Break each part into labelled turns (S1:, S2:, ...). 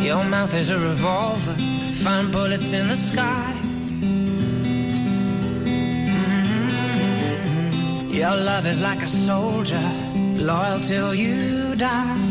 S1: Your mouth is a revolver, find bullets in the sky. Your love is like a soldier, loyal till you die.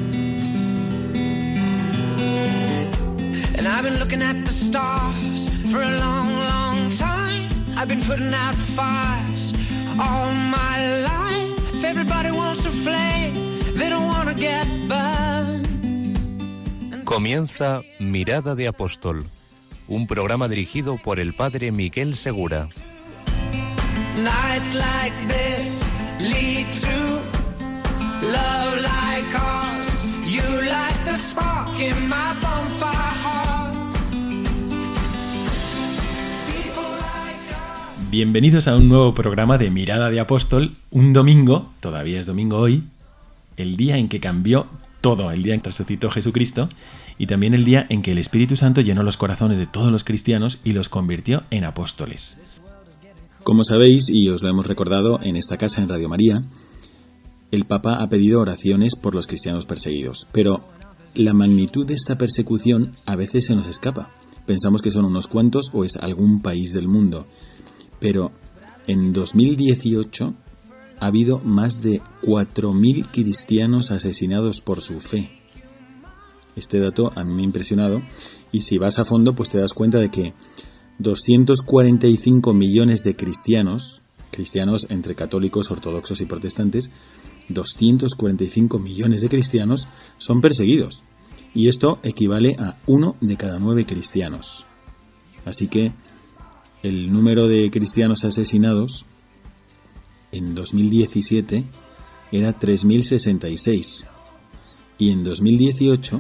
S1: And I've been looking at the stars for a long, long time. I've been putting out fires all my life. Everybody wants a flame, they don't want to get burned.
S2: Comienza Mirada de Apóstol, un programa dirigido por el padre Miguel Segura.
S1: Nights like this lead to love like ours. You light the spark in my bonfire heart. People like us.
S3: Bienvenidos a un nuevo programa de Mirada de Apóstol. Un domingo, todavía es domingo hoy, el día en que cambió todo, el día en que resucitó Jesucristo y también el día en que el Espíritu Santo llenó los corazones de todos los cristianos y los convirtió en apóstoles.
S4: Como sabéis, y os lo hemos recordado en esta casa en Radio María, el Papa ha pedido oraciones por los cristianos perseguidos, pero la magnitud de esta persecución a veces se nos escapa. Pensamos que son unos cuantos o es algún país del mundo, pero en 2018 ha habido más de 4.000 cristianos asesinados por su fe. Este dato a mí me ha impresionado y si vas a fondo pues te das cuenta de que 245 millones de cristianos entre católicos, ortodoxos y protestantes, 245 millones de cristianos son perseguidos. Y esto equivale a 1 de cada 9 cristianos. Así que el número de cristianos asesinados en 2017 era 3.066 y en 2018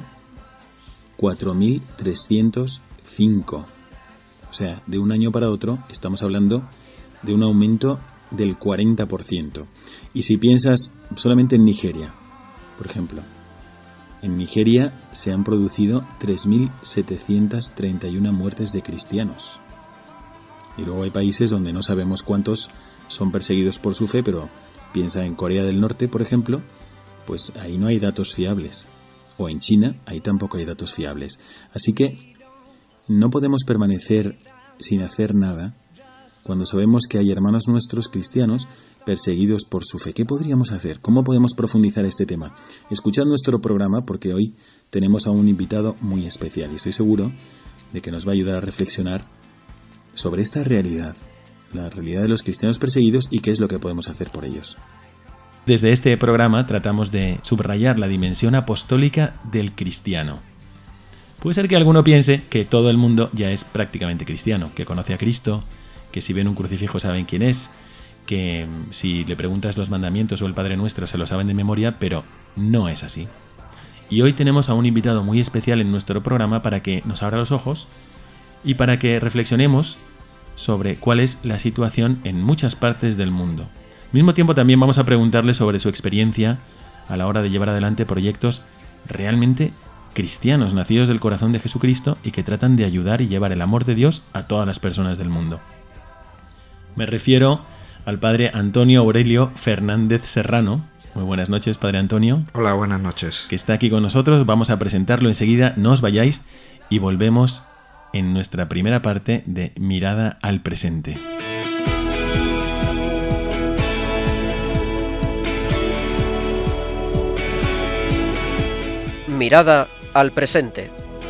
S4: 4.305. O sea, de un año para otro estamos hablando de un aumento del 40%. Y si piensas solamente en Nigeria, por ejemplo, en Nigeria se han producido 3.731 muertes de cristianos. Y luego hay países donde no sabemos cuántos son perseguidos por su fe, pero piensa en Corea del Norte, por ejemplo, pues ahí no hay datos fiables. O en China, ahí tampoco hay datos fiables. Así que no podemos permanecer sin hacer nada cuando sabemos que hay hermanos nuestros cristianos perseguidos por su fe. ¿Qué podríamos hacer? ¿Cómo podemos profundizar este tema? Escuchad nuestro programa porque hoy tenemos a un invitado muy especial y estoy seguro de que nos va a ayudar a reflexionar sobre esta realidad, la realidad de los cristianos perseguidos y qué es lo que podemos hacer por ellos.
S3: Desde este programa tratamos de subrayar la dimensión apostólica del cristiano. Puede ser que alguno piense que todo el mundo ya es prácticamente cristiano, que conoce a Cristo, que si ven un crucifijo saben quién es, que si le preguntas los mandamientos o el Padre Nuestro se lo saben de memoria, pero no es así. Y hoy tenemos a un invitado muy especial en nuestro programa para que nos abra los ojos y para que reflexionemos sobre cuál es la situación en muchas partes del mundo. Al mismo tiempo también vamos a preguntarle sobre su experiencia a la hora de llevar adelante proyectos realmente cristianos, nacidos del corazón de Jesucristo y que tratan de ayudar y llevar el amor de Dios a todas las personas del mundo. Me refiero al padre Antonio Aurelio Fernández Serrano. Muy buenas noches, padre Antonio.
S5: Hola, buenas noches.
S3: Que está aquí con nosotros. Vamos a presentarlo enseguida, no os vayáis y volvemos en nuestra primera parte de Mirada al Presente.
S6: Mirada al presente.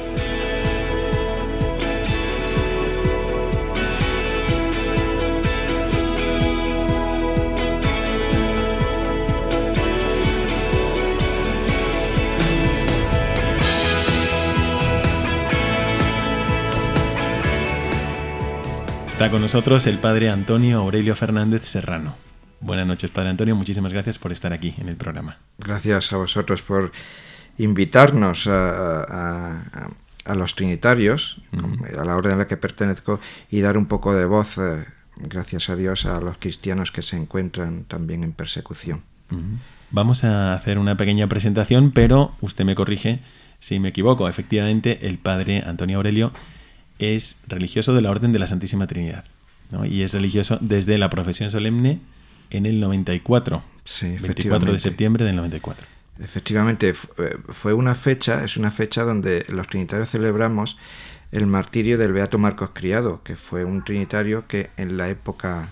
S3: Está con nosotros el padre Antonio Aurelio Fernández Serrano. Buenas noches, padre Antonio. Muchísimas gracias por estar aquí en el programa.
S5: Gracias a vosotros por invitarnos a los trinitarios, a la orden a la que pertenezco, y dar un poco de voz, gracias a Dios, a los cristianos que se encuentran también en persecución.
S3: Vamos a hacer una pequeña presentación, pero usted me corrige si me equivoco. Efectivamente, el padre Antonio Aurelio es religioso de la Orden de la Santísima Trinidad, ¿no? Y es religioso desde la profesión solemne en el 94,
S5: sí,
S3: 24 de septiembre del 94.
S5: Efectivamente, fue una fecha, es una fecha donde los trinitarios celebramos el martirio del beato Marcos Criado, que fue un trinitario que en la época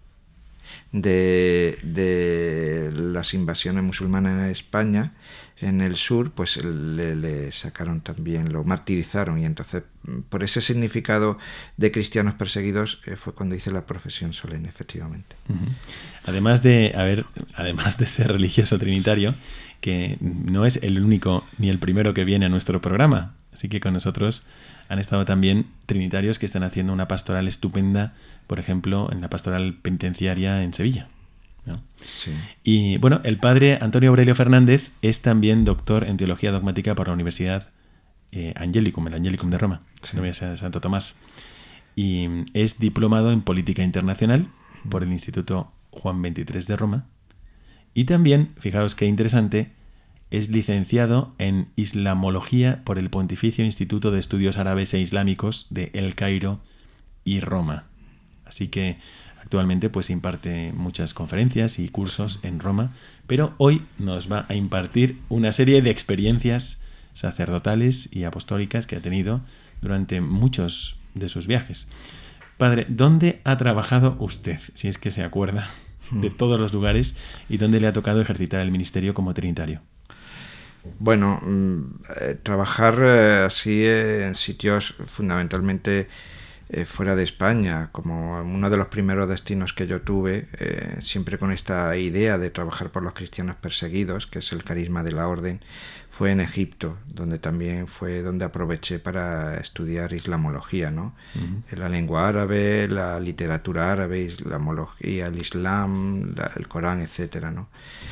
S5: de las invasiones musulmanas en España, en el sur, pues le sacaron también, lo martirizaron, y entonces por ese significado de cristianos perseguidos fue cuando hice la profesión solemne, efectivamente.
S3: Uh-huh. Además de ser religioso trinitario, que no es el único ni el primero que viene a nuestro programa, así que con nosotros han estado también trinitarios que están haciendo una pastoral estupenda, por ejemplo, en la pastoral penitenciaria en Sevilla, ¿no?
S5: Sí.
S3: Y bueno, el padre Antonio Aurelio Fernández es también doctor en teología dogmática por la Universidad Angelicum, el Angelicum de Roma,
S5: Sí.
S3: la Universidad de Santo Tomás. Y es diplomado en política internacional por el Instituto Juan XXIII de Roma. Y también, fijaros qué interesante, es licenciado en Islamología por el Pontificio Instituto de Estudios Árabes e Islámicos de El Cairo y Roma. Así que actualmente pues imparte muchas conferencias y cursos en Roma, pero hoy nos va a impartir una serie de experiencias sacerdotales y apostólicas que ha tenido durante muchos de sus viajes. Padre, ¿dónde ha trabajado usted, si es que se acuerda de todos los lugares, y dónde le ha tocado ejercitar el ministerio como trinitario?
S5: Bueno, trabajar así en sitios fundamentalmente fuera de España, como uno de los primeros destinos que yo tuve, siempre con esta idea de trabajar por los cristianos perseguidos, que es el carisma de la orden, fue en Egipto, donde también fue donde aproveché para estudiar islamología, ¿no? Uh-huh. La lengua árabe, la literatura árabe, islamología, el Islam, el Corán, etcétera, ¿no?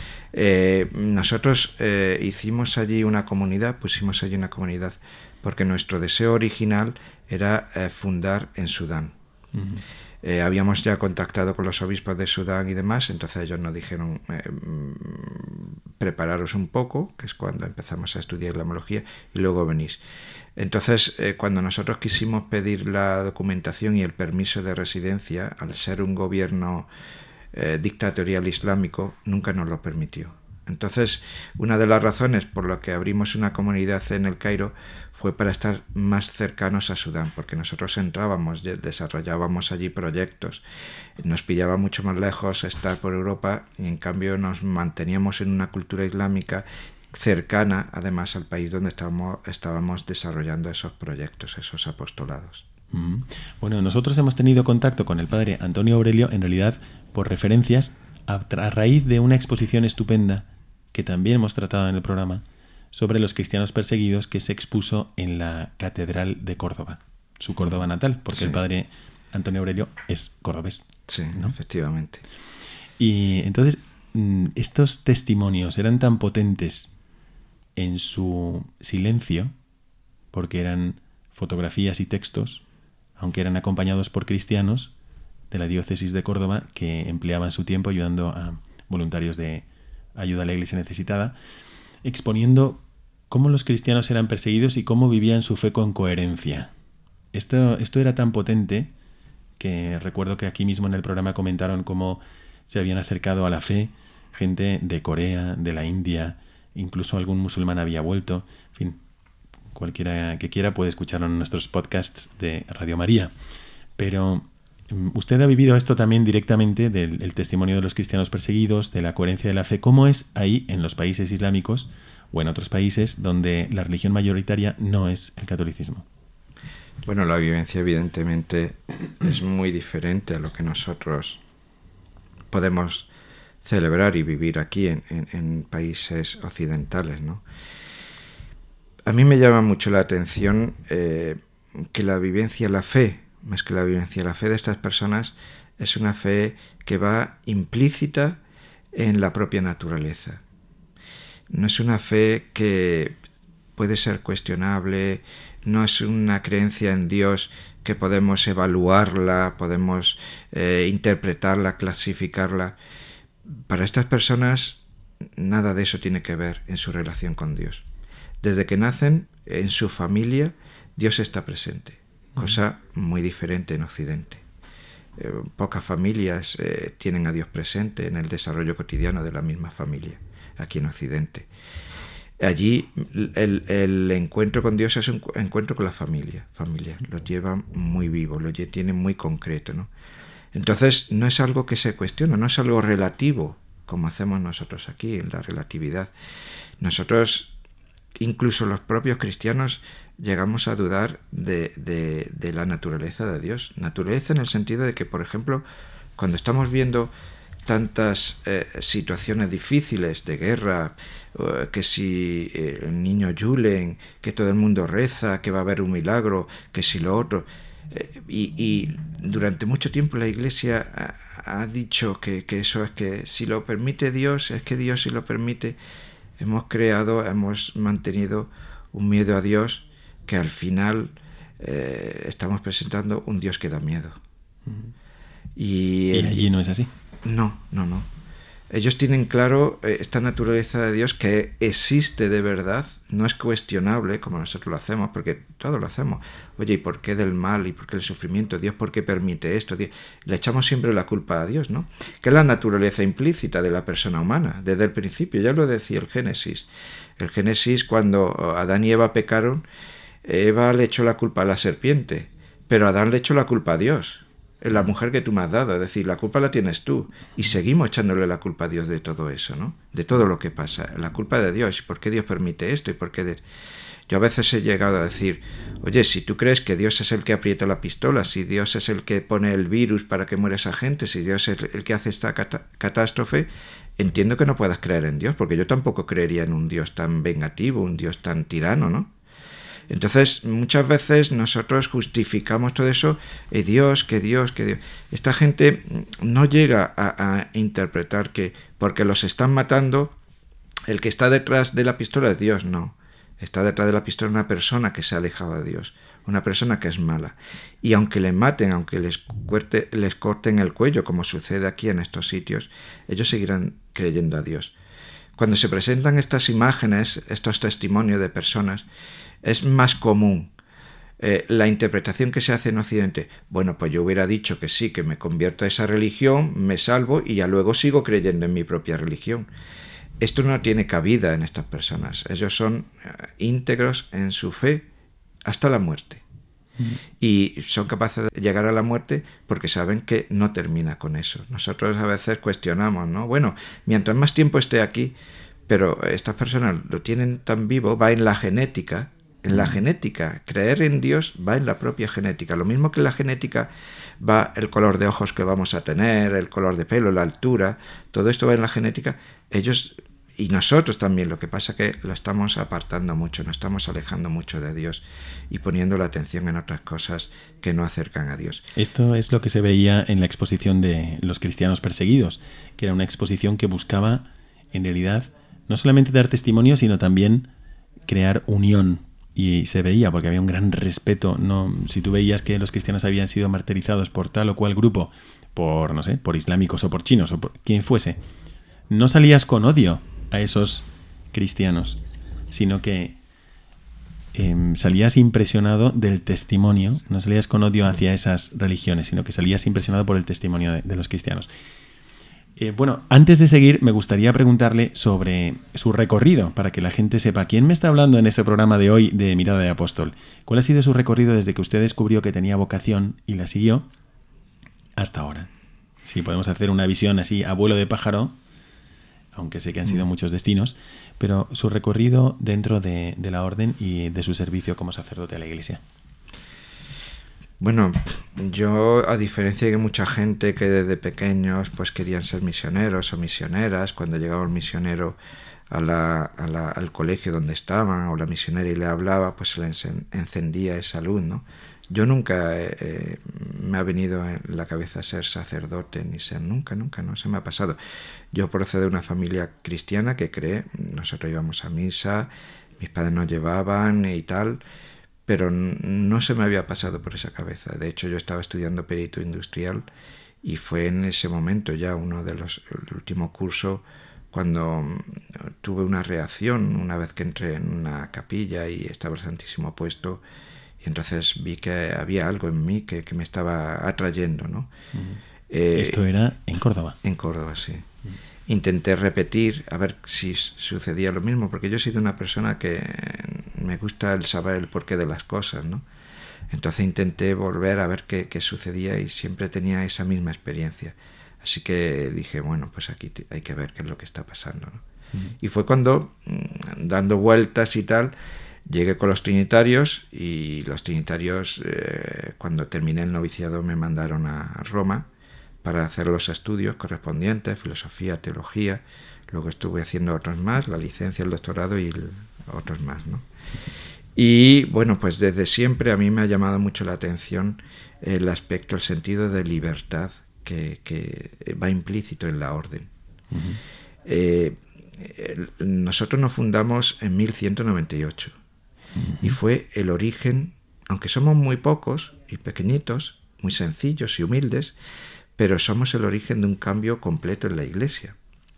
S5: Nosotros pusimos allí una comunidad porque nuestro deseo original era fundar en Sudán. Uh-huh. Habíamos ya contactado con los obispos de Sudán y demás, entonces ellos nos dijeron prepararos un poco, que es cuando empezamos a estudiar islamología, y luego venís. Entonces, cuando nosotros quisimos pedir la documentación y el permiso de residencia, al ser un gobierno dictatorial islámico, nunca nos lo permitió. Entonces, una de las razones por las que abrimos una comunidad en el Cairo fue para estar más cercanos a Sudán, porque nosotros entrábamos, desarrollábamos allí proyectos, nos pillaba mucho más lejos estar por Europa, y en cambio nos manteníamos en una cultura islámica cercana, además, al país donde estábamos desarrollando esos proyectos, esos apostolados.
S3: Bueno, nosotros hemos tenido contacto con el padre Antonio Aurelio, en realidad por referencias, a raíz de una exposición estupenda que también hemos tratado en el programa sobre los cristianos perseguidos, que se expuso en la Catedral de Córdoba, su Córdoba natal, porque sí, el padre Antonio Aurelio es cordobés.
S5: Sí,
S3: ¿no?
S5: Efectivamente.
S3: Y entonces, estos testimonios eran tan potentes en su silencio, porque eran fotografías y textos, aunque eran acompañados por cristianos de la diócesis de Córdoba que empleaban su tiempo ayudando a voluntarios de ayuda a la iglesia necesitada, exponiendo cómo los cristianos eran perseguidos y cómo vivían su fe con coherencia. Esto era tan potente que recuerdo que aquí mismo en el programa comentaron cómo se habían acercado a la fe gente de Corea, de la India, incluso algún musulmán había vuelto. En fin, cualquiera que quiera puede escucharlo en nuestros podcasts de Radio María. Pero usted ha vivido esto también directamente del testimonio de los cristianos perseguidos, de la coherencia de la fe. ¿Cómo es ahí en los países islámicos o en otros países donde la religión mayoritaria no es el catolicismo?
S5: Bueno, la vivencia evidentemente es muy diferente a lo que nosotros podemos celebrar y vivir aquí en países occidentales, ¿no? A mí me llama mucho la atención que la vivencia, la fe, más que la vivencia, la fe de estas personas es una fe que va implícita en la propia naturaleza. No es una fe que puede ser cuestionable, no es una creencia en Dios que podemos evaluarla, podemos interpretarla, clasificarla. Para estas personas nada de eso tiene que ver en su relación con Dios. Desde que nacen, en su familia, Dios está presente, cosa muy diferente en Occidente. Pocas familias tienen a Dios presente en el desarrollo cotidiano de la misma familia. aquí en Occidente. Allí el encuentro con Dios es un encuentro con la familia. Lo lleva muy vivo, lo tiene muy concreto, ¿no? Entonces no es algo que se cuestiona, no es algo relativo, como hacemos nosotros aquí, en la relatividad. Nosotros, incluso los propios cristianos, llegamos a dudar de la naturaleza de Dios. Naturaleza en el sentido de que, por ejemplo, cuando estamos viendo tantas situaciones difíciles de guerra, que si el niño Julen, que todo el mundo reza, que va a haber un milagro, que si lo otro, y durante mucho tiempo la Iglesia ha dicho que eso es que si lo permite Dios, es que Dios si lo permite. Hemos mantenido un miedo a Dios que al final estamos presentando un Dios que da miedo.
S3: ¿Y allí no es así?
S5: No. Ellos tienen claro esta naturaleza de Dios que existe de verdad, no es cuestionable como nosotros lo hacemos, porque todos lo hacemos. Oye, ¿y por qué del mal? ¿Y por qué el sufrimiento? ¿Dios por qué permite esto? Le echamos siempre la culpa a Dios, ¿no? Que es la naturaleza implícita de la persona humana, desde el principio. Ya lo decía el Génesis. El Génesis, cuando Adán y Eva pecaron, Eva le echó la culpa a la serpiente, pero Adán le echó la culpa a Dios. Es la mujer que tú me has dado, es decir, la culpa la tienes tú. Y seguimos echándole la culpa a Dios de todo eso, ¿no? De todo lo que pasa. La culpa de Dios. ¿Y por qué Dios permite esto? ¿Y por qué Yo a veces he llegado a decir, oye, si tú crees que Dios es el que aprieta la pistola, si Dios es el que pone el virus para que muera esa gente, si Dios es el que hace esta catástrofe, entiendo que no puedas creer en Dios, porque yo tampoco creería en un Dios tan vengativo, un Dios tan tirano, ¿no? Entonces, muchas veces nosotros justificamos todo eso, que Dios. Esta gente no llega a interpretar que porque los están matando, el que está detrás de la pistola es Dios, no. Está detrás de la pistola una persona que se ha alejado de Dios, una persona que es mala. Y aunque le maten, aunque les corten el cuello, como sucede aquí en estos sitios, ellos seguirán creyendo a Dios. Cuando se presentan estas imágenes, estos testimonios de personas, es más común la interpretación que se hace en Occidente. Bueno, pues yo hubiera dicho que sí, que me convierto a esa religión, me salvo y ya luego sigo creyendo en mi propia religión. Esto no tiene cabida en estas personas. Ellos son íntegros en su fe hasta la muerte. Y son capaces de llegar a la muerte porque saben que no termina con eso. Nosotros a veces cuestionamos, ¿no? Bueno, mientras más tiempo esté aquí, pero estas personas lo tienen tan vivo, va en la genética. En la genética, creer en Dios va en la propia genética. Lo mismo que en la genética va el color de ojos que vamos a tener, el color de pelo, la altura, todo esto va en la genética. Ellos y nosotros también, lo que pasa es que lo estamos apartando mucho, nos estamos alejando mucho de Dios y poniendo la atención en otras cosas que no acercan a Dios.
S3: Esto es lo que se veía en la exposición de los cristianos perseguidos, que era una exposición que buscaba, en realidad, no solamente dar testimonio, sino también crear unión. Y se veía, porque había un gran respeto. No, si tú veías que los cristianos habían sido martirizados por tal o cual grupo, por, no sé, por islámicos o por chinos o por quien fuese, no salías con odio a esos cristianos, sino que salías impresionado del testimonio, no salías con odio hacia esas religiones, sino que salías impresionado por el testimonio de los cristianos. Bueno, antes de seguir, me gustaría preguntarle sobre su recorrido, para que la gente sepa quién me está hablando en este programa de hoy de Mirada de Apóstol. ¿Cuál ha sido su recorrido desde que usted descubrió que tenía vocación y la siguió hasta ahora? Si podemos hacer una visión así a vuelo de pájaro, aunque sé que han sido muchos destinos, pero su recorrido dentro de la orden y de su servicio como sacerdote a la Iglesia.
S5: Bueno, yo, a diferencia de mucha gente que desde pequeños pues querían ser misioneros o misioneras, cuando llegaba el misionero al colegio donde estaban, o la misionera y le hablaba, pues se le encendía esa luz, ¿no? Yo nunca me ha venido en la cabeza ser sacerdote, ni ser nunca, no se me ha pasado. Yo procedo de una familia cristiana que cree, nosotros íbamos a misa, mis padres nos llevaban y tal, pero no se me había pasado por esa cabeza. De hecho, yo estaba estudiando perito industrial y fue en ese momento ya el último curso cuando tuve una reacción una vez que entré en una capilla y estaba el Santísimo puesto, y entonces vi que había algo en mí que me estaba atrayendo, ¿no?
S3: Esto era en Córdoba.
S5: En Córdoba, sí. intenté repetir a ver si sucedía lo mismo, porque yo he sido una persona que me gusta el saber el porqué de las cosas, ¿no? Entonces intenté volver a ver qué sucedía y siempre tenía esa misma experiencia. Así que dije, bueno, pues aquí hay que ver qué es lo que está pasando, ¿no? Y fue cuando, dando vueltas y tal, llegué con los trinitarios, y los trinitarios, cuando terminé el noviciado, me mandaron a Roma para hacer los estudios correspondientes, filosofía, teología. Luego estuve haciendo otros más, la licencia, el doctorado y otros más, ¿no? Y bueno, pues desde siempre a mí me ha llamado mucho la atención el aspecto, el sentido de libertad que va implícito en la orden. Nosotros nos fundamos en 1198 y fue el origen, aunque somos muy pocos y pequeñitos, muy sencillos y humildes, pero somos el origen de un cambio completo en la Iglesia,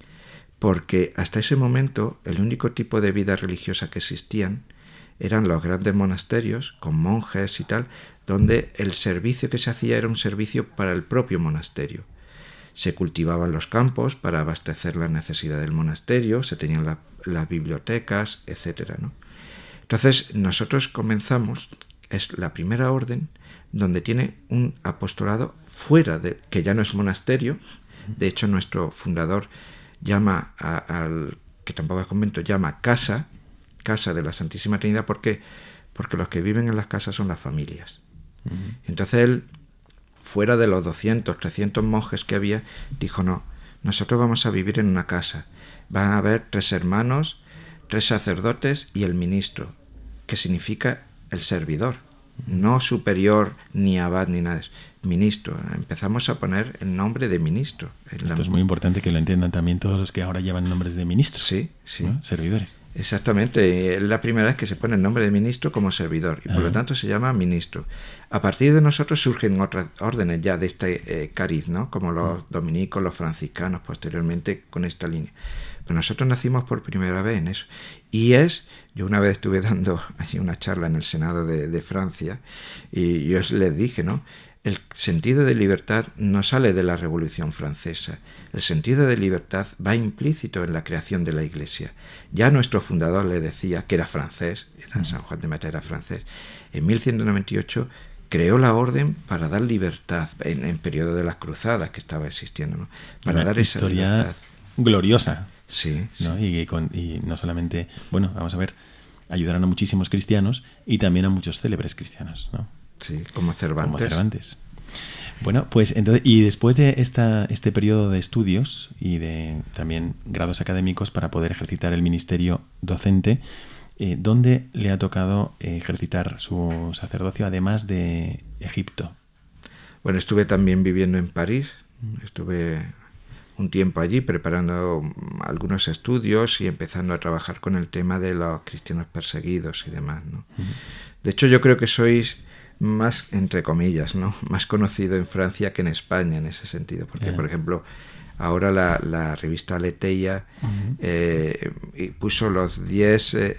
S5: porque hasta ese momento el único tipo de vida religiosa que existían eran los grandes monasterios con monjes y tal, donde el servicio que se hacía era un servicio para el propio monasterio. Se cultivaban los campos para abastecer la necesidad del monasterio, se tenían las bibliotecas, etcétera, ¿no? Entonces nosotros comenzamos, es la primera orden donde tiene un apostolado fuera de, que ya no es monasterio. De hecho, nuestro fundador llama al que tampoco es convento, llama casa de la Santísima Trinidad, porque los que viven en las casas son las familias. Entonces él, fuera de los 200, 300 monjes que había, dijo, no, nosotros vamos a vivir en una casa. Van a haber 3 hermanos, 3 sacerdotes y el ministro, que significa el servidor, no superior, ni abad, ni nada de eso. Ministro. Empezamos a poner el nombre de ministro.
S3: Esto es muy importante que lo entiendan también todos los que ahora llevan nombres de ministros.
S5: Sí, sí.
S3: ¿No? Servidores.
S5: Exactamente. Es la primera vez que se pone el nombre de ministro como servidor y por lo tanto se llama ministro. A partir de nosotros surgen otras órdenes ya de este cariz, ¿no? Como los dominicos, los franciscanos, posteriormente con esta línea. Pero nosotros nacimos por primera vez en eso. Y yo una vez estuve dando allí una charla en el Senado de Francia y yo les dije, ¿no? El sentido de libertad no sale de la Revolución Francesa. El sentido de libertad va implícito en la creación de la Iglesia. Ya nuestro fundador le decía que era francés, era San Juan de Mata, era francés. En 1198 creó la orden para dar libertad en periodo de las cruzadas que estaba existiendo, ¿no? Para dar esa libertad
S3: gloriosa.
S5: Sí,
S3: ¿no? Y no solamente, bueno, vamos a ver, ayudaron a muchísimos cristianos y también a muchos célebres cristianos, ¿no?
S5: Sí, como Cervantes.
S3: Bueno, pues entonces, y después de este periodo de estudios y de también grados académicos para poder ejercitar el ministerio docente, ¿dónde le ha tocado ejercitar su sacerdocio además de Egipto?
S5: Bueno, estuve también viviendo en París, estuve un tiempo allí preparando algunos estudios y empezando a trabajar con el tema de los cristianos perseguidos y demás, ¿no? De hecho, yo creo que sois más, entre comillas, ¿no?, más conocido en Francia que en España en ese sentido, porque por ejemplo ahora la revista Aletheia puso los 10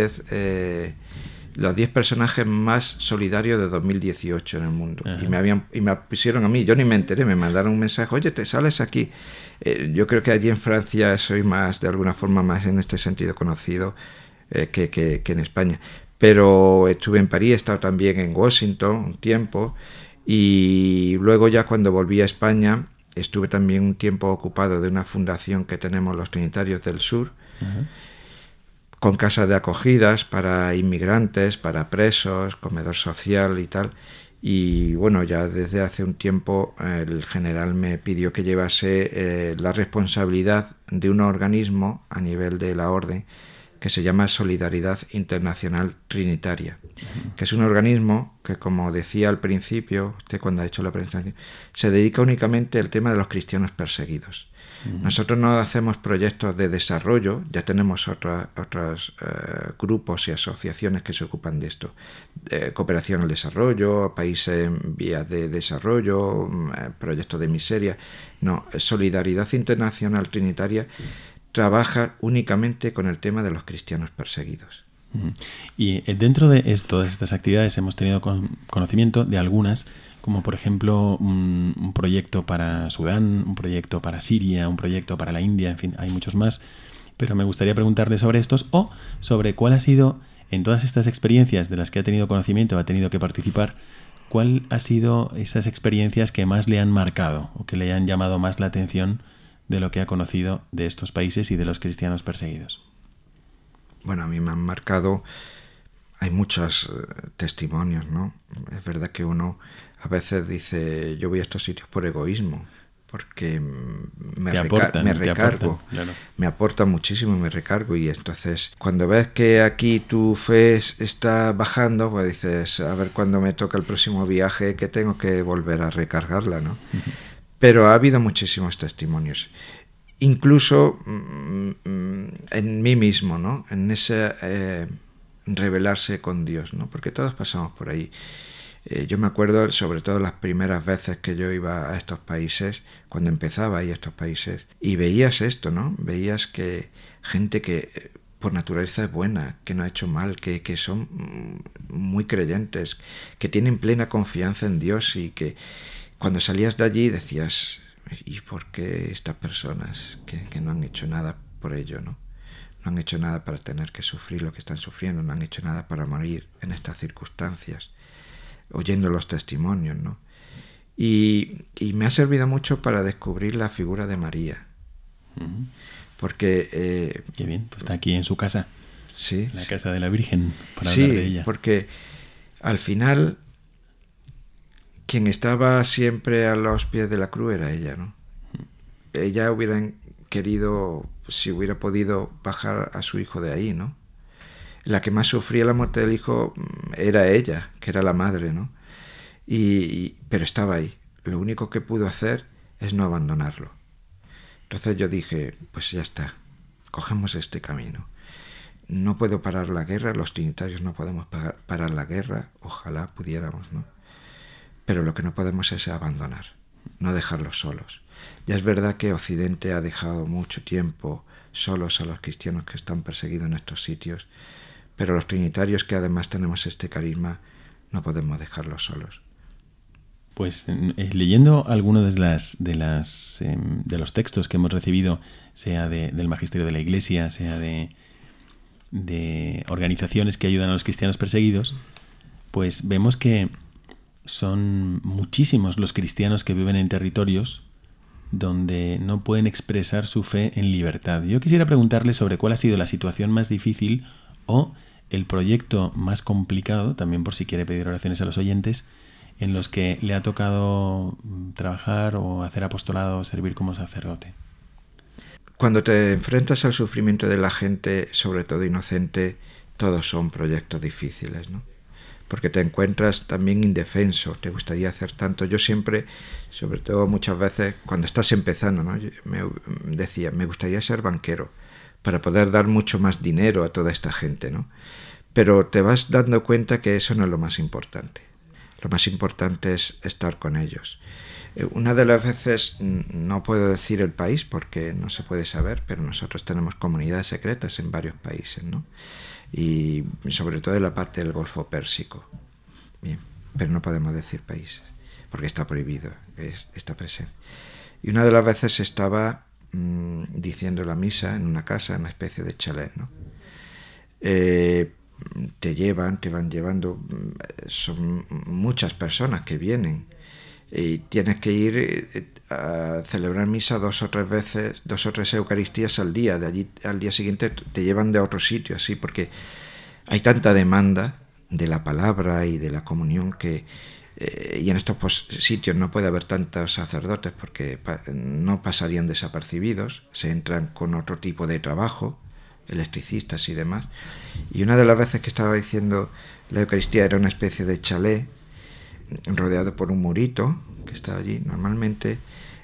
S5: personajes más solidarios de 2018 en el mundo. Y me pusieron a mí, yo ni me enteré, me mandaron un mensaje, oye, te sales aquí. Yo creo que allí en Francia soy más, de alguna forma, más en este sentido conocido que en España. Pero estuve en París, he estado también en Washington un tiempo, y luego ya cuando volví a España estuve también un tiempo ocupado de una fundación que tenemos los Trinitarios del Sur, con casas de acogidas para inmigrantes, para presos, comedor social y tal. Y bueno, ya desde hace un tiempo el general me pidió que llevase la responsabilidad de un organismo a nivel de la orden que se llama Solidaridad Internacional Trinitaria, que es un organismo que, como decía al principio, usted cuando ha hecho la presentación, se dedica únicamente al tema de los cristianos perseguidos. Nosotros no hacemos proyectos de desarrollo, ya tenemos otros grupos y asociaciones que se ocupan de esto. Cooperación al desarrollo, países en vías de desarrollo, proyectos de miseria. No, Solidaridad Internacional Trinitaria trabaja únicamente con el tema de los cristianos perseguidos.
S3: Y dentro de todas estas actividades hemos tenido conocimiento de algunas, como por ejemplo un proyecto para Sudán, un proyecto para Siria, un proyecto para la India, en fin, hay muchos más, pero me gustaría preguntarle sobre estos o sobre cuál ha sido, en todas estas experiencias de las que ha tenido conocimiento, ha tenido que participar, cuál ha sido esas experiencias que más le han marcado o que le han llamado más la atención de lo que ha conocido de estos países y de los cristianos perseguidos.
S5: Bueno, a mí me han marcado, hay muchos testimonios, ¿no? Es verdad que uno a veces dice, yo voy a estos sitios por egoísmo, porque me recargo,
S3: claro.
S5: Me aporta muchísimo y me recargo, y entonces cuando ves que aquí tu fe está bajando, pues dices, a ver cuándo me toca el próximo viaje que tengo que volver a recargarla, ¿no? Uh-huh. Pero ha habido muchísimos testimonios, incluso en mí mismo, ¿no? En ese revelarse con Dios, ¿no? Porque todos pasamos por ahí. Yo me acuerdo, sobre todo las primeras veces que yo iba a estos países, cuando empezaba ahí a estos países, y veías esto, ¿no? Veías que gente que por naturaleza es buena, que no ha hecho mal, que son muy creyentes, que tienen plena confianza en Dios, y que cuando salías de allí decías, ¿y por qué estas personas que no han hecho nada por ello, ¿no? No han hecho nada para tener que sufrir lo que están sufriendo, no han hecho nada para morir en estas circunstancias, oyendo los testimonios, ¿no? Y me ha servido mucho para descubrir la figura de María.
S3: Uh-huh.
S5: Porque...
S3: Qué bien, pues está aquí en su casa.
S5: Sí.
S3: La casa de la Virgen, para
S5: sí,
S3: hablar de ella.
S5: Porque al final quien estaba siempre a los pies de la cruz era ella, ¿no? Uh-huh. Ella hubiera querido, si hubiera podido, bajar a su hijo de ahí, ¿no? La que más sufría la muerte del hijo era ella, que era la madre, ¿no? Pero estaba ahí. Lo único que pudo hacer es no abandonarlo. Entonces yo dije, pues ya está, cogemos este camino. No puedo parar la guerra, los trinitarios no podemos parar la guerra, ojalá pudiéramos, ¿no? Pero lo que no podemos es abandonar, no dejarlos solos. Ya es verdad que Occidente ha dejado mucho tiempo solos a los cristianos que están perseguidos en estos sitios, pero los trinitarios, que además tenemos este carisma, no podemos dejarlos solos.
S3: Pues leyendo algunos de los textos que hemos recibido, sea del magisterio de la Iglesia, sea de organizaciones que ayudan a los cristianos perseguidos, pues vemos que son muchísimos los cristianos que viven en territorios donde no pueden expresar su fe en libertad. Yo quisiera preguntarle sobre cuál ha sido la situación más difícil o el proyecto más complicado, también por si quiere pedir oraciones a los oyentes, en los que le ha tocado trabajar o hacer apostolado o servir como sacerdote.
S5: Cuando te enfrentas al sufrimiento de la gente, sobre todo inocente, todos son proyectos difíciles, ¿no? Porque te encuentras también indefenso, te gustaría hacer tanto. Yo siempre, sobre todo muchas veces, cuando estás empezando, ¿no? Me gustaría ser banquero para poder dar mucho más dinero a toda esta gente, ¿no? Pero te vas dando cuenta que eso no es lo más importante. Lo más importante es estar con ellos. Una de las veces, no puedo decir el país porque no se puede saber, pero nosotros tenemos comunidades secretas en varios países, ¿no? Y sobre todo en la parte del Golfo Pérsico. Bien, pero no podemos decir países, porque está prohibido, está presente. Y una de las veces estaba diciendo la misa en una casa, en una especie de chalet, ¿no? Te van llevando, son muchas personas que vienen y tienes que ir a celebrar misa 2 o 3 veces, 2 o 3 Eucaristías al día. De allí al día siguiente te llevan de otro sitio, así, porque hay tanta demanda de la palabra y de la comunión que y en estos sitios no puede haber tantos sacerdotes porque no pasarían desapercibidos, se entran con otro tipo de trabajo, electricistas y demás. Y una de las veces que estaba diciendo la Eucaristía era una especie de chalet rodeado por un murito que estaba allí. Normalmente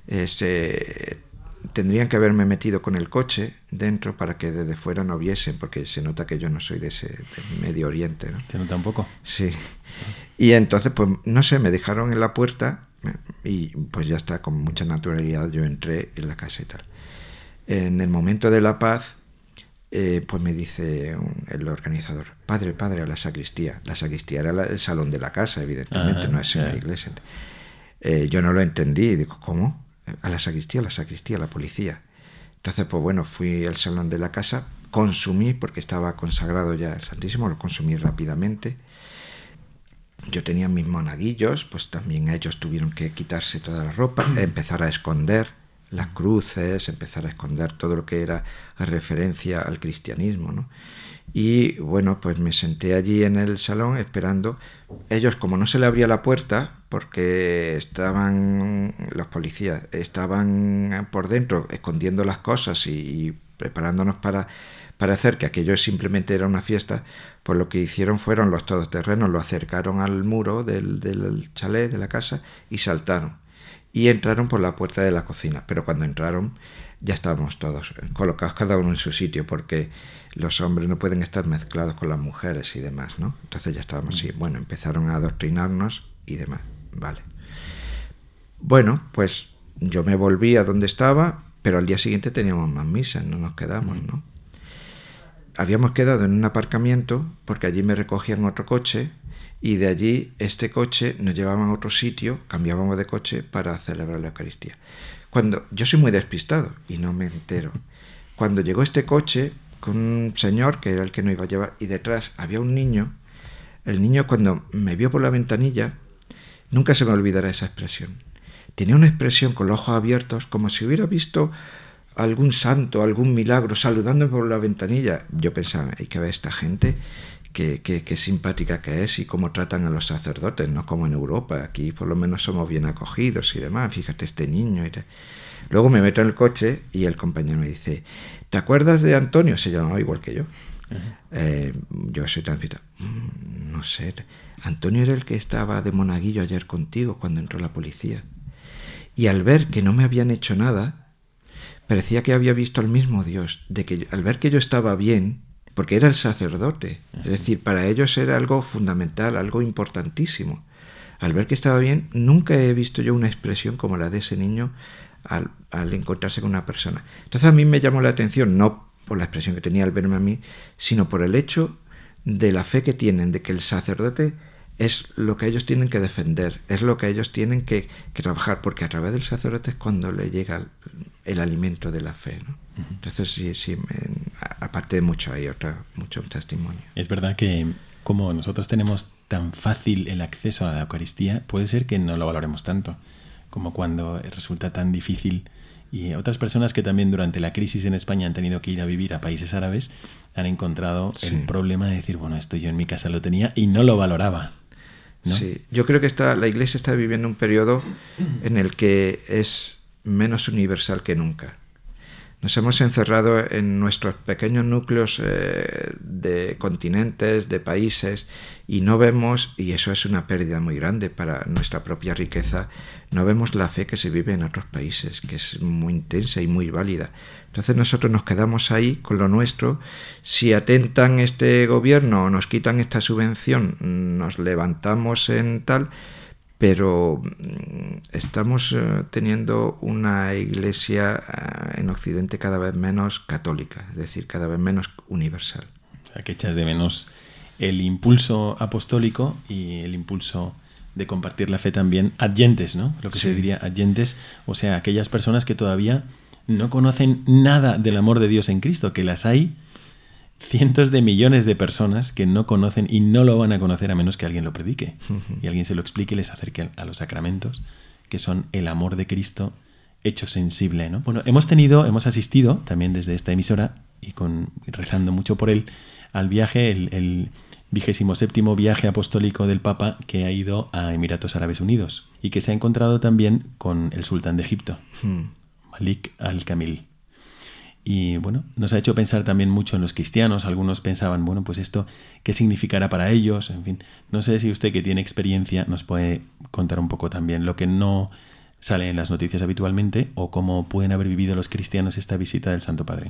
S5: tendrían que haberme metido con el coche dentro para que desde fuera no viesen, porque se nota que yo no soy del Medio Oriente, ¿no?
S3: ¿Se nota un poco?
S5: Sí. Y entonces, pues no sé, me dejaron en la puerta y pues ya está, con mucha naturalidad yo entré en la casa y tal. En el momento de la paz, pues me dice el organizador, padre, a la sacristía. La sacristía era el salón de la casa, evidentemente, no es una iglesia. Yo no lo entendí, digo, ¿cómo? A la sacristía, la policía. Entonces, pues bueno, fui al salón de la casa, consumí, porque estaba consagrado ya el Santísimo, lo consumí rápidamente. Yo tenía mis monaguillos, pues también ellos tuvieron que quitarse toda la ropa, empezar a esconder las cruces, empezar a esconder todo lo que era referencia al cristianismo, ¿no? Y bueno, pues me senté allí en el salón esperando. Ellos, como no se le abría la puerta, porque los policías estaban por dentro escondiendo las cosas y preparándonos para hacer que aquello simplemente era una fiesta, pues lo que hicieron fueron los todoterrenos, lo acercaron al muro del chalet, de la casa, y saltaron. Y entraron por la puerta de la cocina. Pero cuando entraron ya estábamos todos colocados cada uno en su sitio, porque los hombres no pueden estar mezclados con las mujeres y demás, ¿no? Entonces ya estábamos así. Bueno, empezaron a adoctrinarnos y demás. Vale. Bueno, pues yo me volví a donde estaba, pero al día siguiente teníamos más misas, no nos quedamos, ¿no? Habíamos quedado en un aparcamiento porque allí me recogían otro coche y de allí este coche nos llevaban a otro sitio, cambiábamos de coche para celebrar la Eucaristía. Yo soy muy despistado y no me entero. Cuando llegó este coche con un señor que era el que nos iba a llevar y detrás había un niño, el niño cuando me vio por la ventanilla, nunca se me olvidará esa expresión. Tenía una expresión con los ojos abiertos como si hubiera visto algún santo, algún milagro, saludándome por la ventanilla. Yo pensaba, hay que ver esta gente, qué simpática que es y cómo tratan a los sacerdotes, no como en Europa. Aquí por lo menos somos bien acogidos y demás. Fíjate este niño. Luego me meto en el coche y el compañero me dice, ¿te acuerdas de Antonio? Se llamaba igual que yo. Yo soy tan fita. No sé. Antonio era el que estaba de monaguillo ayer contigo cuando entró la policía. Y al ver que no me habían hecho nada, parecía que había visto al mismo Dios, al ver que yo estaba bien, porque era el sacerdote, es decir, para ellos era algo fundamental, algo importantísimo. Al ver que estaba bien, nunca he visto yo una expresión como la de ese niño al encontrarse con una persona. Entonces a mí me llamó la atención, no por la expresión que tenía al verme a mí, sino por el hecho de la fe que tienen, de que el sacerdote es lo que ellos tienen que defender, es lo que ellos tienen que trabajar, porque a través del sacerdote es cuando le llega el alimento de la fe, ¿no? Entonces sí, aparte de mucho hay mucho testimonio.
S3: Es verdad que como nosotros tenemos tan fácil el acceso a la Eucaristía, puede ser que no lo valoremos tanto, como cuando resulta tan difícil. Y otras personas que también durante la crisis en España han tenido que ir a vivir a países árabes han encontrado el problema de decir, bueno, esto yo en mi casa lo tenía y no lo valoraba, ¿no? Sí,
S5: yo creo que la Iglesia está viviendo un periodo en el que es menos universal que nunca. Nos hemos encerrado en nuestros pequeños núcleos de continentes, de países, y no vemos, y eso es una pérdida muy grande para nuestra propia riqueza, no vemos la fe que se vive en otros países, que es muy intensa y muy válida. Entonces nosotros nos quedamos ahí con lo nuestro. Si atentan este gobierno o nos quitan esta subvención, nos levantamos en tal... Pero estamos teniendo una iglesia en Occidente cada vez menos católica, es decir, cada vez menos universal.
S3: O sea, que echas de menos el impulso apostólico y el impulso de compartir la fe también adyentes, ¿no? Lo que se diría adyentes, o sea, aquellas personas que todavía no conocen nada del amor de Dios en Cristo, que las hay cientos de millones de personas que no conocen y no lo van a conocer a menos que alguien lo predique y alguien se lo explique y les acerque a los sacramentos, que son el amor de Cristo hecho sensible, ¿no? Bueno, hemos asistido también desde esta emisora y rezando mucho por él al viaje, el 27º viaje apostólico del Papa, que ha ido a Emiratos Árabes Unidos y que se ha encontrado también con el sultán de Egipto, Malik al-Kamil. Y bueno, nos ha hecho pensar también mucho en los cristianos. Algunos pensaban, bueno, pues esto, ¿qué significará para ellos? En fin, no sé si usted, que tiene experiencia, nos puede contar un poco también lo que no sale en las noticias habitualmente o cómo pueden haber vivido los cristianos esta visita del Santo Padre.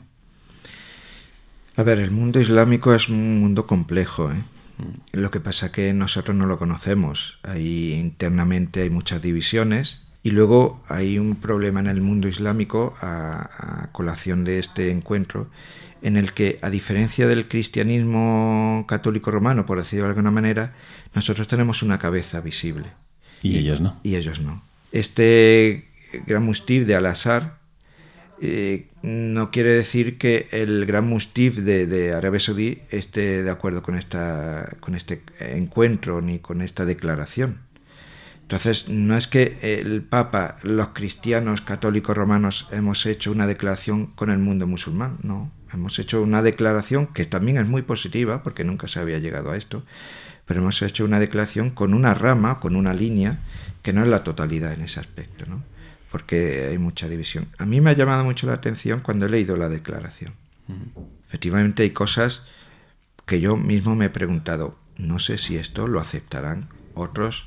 S5: A ver, el mundo islámico es un mundo complejo, ¿eh? Lo que pasa es que nosotros no lo conocemos. Internamente hay muchas divisiones. Y luego hay un problema en el mundo islámico, a colación de este encuentro, en el que, a diferencia del cristianismo católico romano, por decirlo de alguna manera, nosotros tenemos una cabeza visible.
S3: Y ellos no.
S5: Y ellos no. Este gran mustif de Al-Azhar no quiere decir que el gran mustif de Arabia Saudí esté de acuerdo con este encuentro ni con esta declaración. Entonces, no es que el Papa, los cristianos católicos romanos, hemos hecho una declaración con el mundo musulmán, no. Hemos hecho una declaración que también es muy positiva, porque nunca se había llegado a esto, pero hemos hecho una declaración con una rama, con una línea, que no es la totalidad en ese aspecto, ¿no? Porque hay mucha división. A mí me ha llamado mucho la atención cuando he leído la declaración. Efectivamente hay cosas que yo mismo me he preguntado, no sé si esto lo aceptarán otros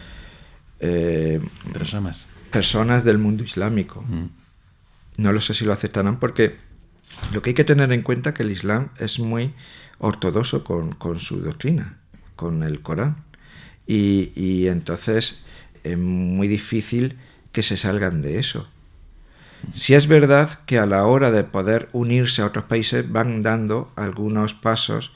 S5: personas del mundo islámico. No lo sé si lo aceptarán, porque lo que hay que tener en cuenta es que el Islam es muy ortodoxo con su doctrina, con el Corán, y entonces es muy difícil que se salgan de eso. Sí es verdad que a la hora de poder unirse a otros países van dando algunos pasos,